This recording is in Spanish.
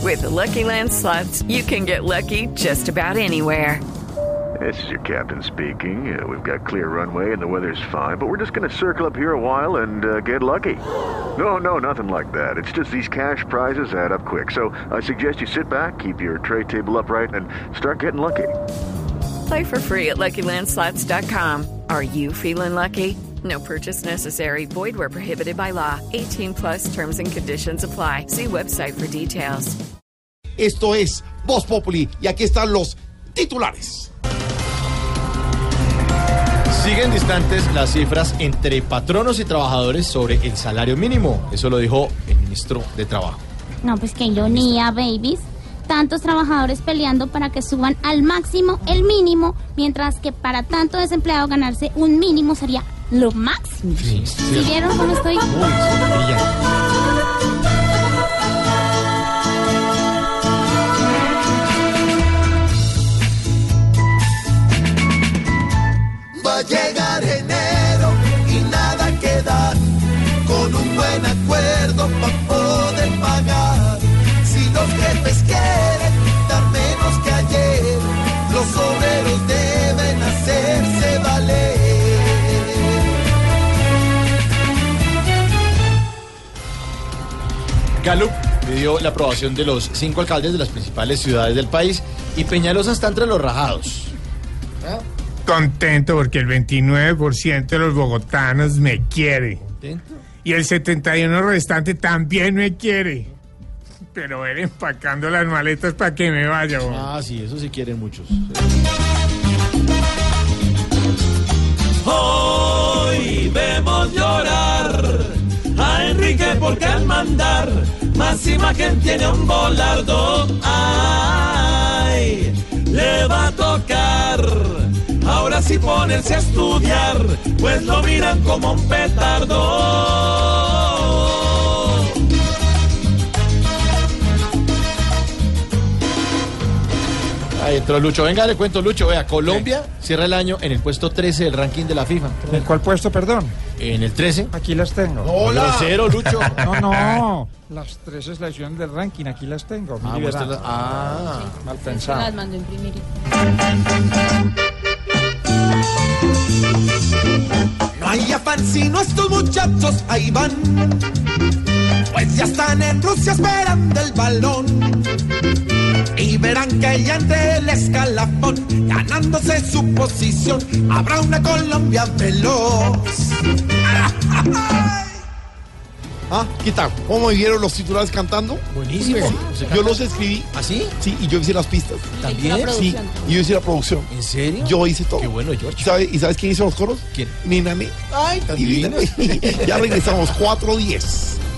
With the Lucky Land Slots, you can get lucky just about anywhere. This is your captain speaking. We've got clear runway and the weather's fine, but we're just going to circle up here a while and get lucky. No, nothing like that. It's just these cash prizes add up quick. So I suggest you sit back, keep your tray table upright, and start getting lucky. Play for free at LuckyLandSlots.com. Are you feeling lucky? No purchase necessary. Void where prohibited by law. 18 plus terms and conditions apply. See website for details. Esto es Voz Populi y aquí están los titulares. Siguen distantes las cifras entre patronos y trabajadores sobre el salario mínimo. Eso lo dijo el ministro de Trabajo. No, pues qué ironía, babies. Tantos trabajadores peleando para que suban al máximo el mínimo, mientras que para tanto desempleado ganarse un mínimo sería lo máximo. Sí. ¿Sí vieron cómo estoy? Uy, brillante. Va a llegar enero y nada que dar, con un buen acuerdo para poder pagar. Si los jefes quieren dar menos que ayer, los obreros deben hacerse valer. Gallup pidió la aprobación de los 5 alcaldes de las principales ciudades del país y Peñalosa está entre los rajados. Contento porque el 29% de los bogotanos me quiere. ¿Contento? Y el 71% restante también me quiere. Pero ven empacando las maletas para que me vaya. Ah, sí, eso sí quieren muchos. Hoy vemos llorar a Enrique porque al mandar más imagen tiene un volardo. Ay, le va a tocar ahora sí ponerse a estudiar, pues lo miran como un petardo. Ahí entró Lucho. Venga, le cuento, Lucho. Vea, Colombia cierra el año en el puesto 13 del ranking de la FIFA. ¿En cuál puesto, perdón? En el 13. Aquí las tengo. ¡Hola! Grosero, Lucho. No. Las 13 selecciones del ranking, aquí las tengo. Mal pensado. Las mando a imprimir. No hay afán sino estos muchachos ahí van, pues ya están en Rusia esperando el balón. Y verán que ya entre el escalafón, ganándose su posición, habrá una Colombia veloz. ¿Qué tal? ¿Cómo me vieron los titulares cantando? Buenísimo. Yo los escribí. ¿Ah, sí? Sí, y yo hice las pistas. ¿También? Sí, y yo hice la producción. ¿En serio? Yo hice todo. Qué bueno, George. ¿Y sabes quién hizo los coros? ¿Quién? Nina. Ay, tan Y divino. ya regresamos 4:10.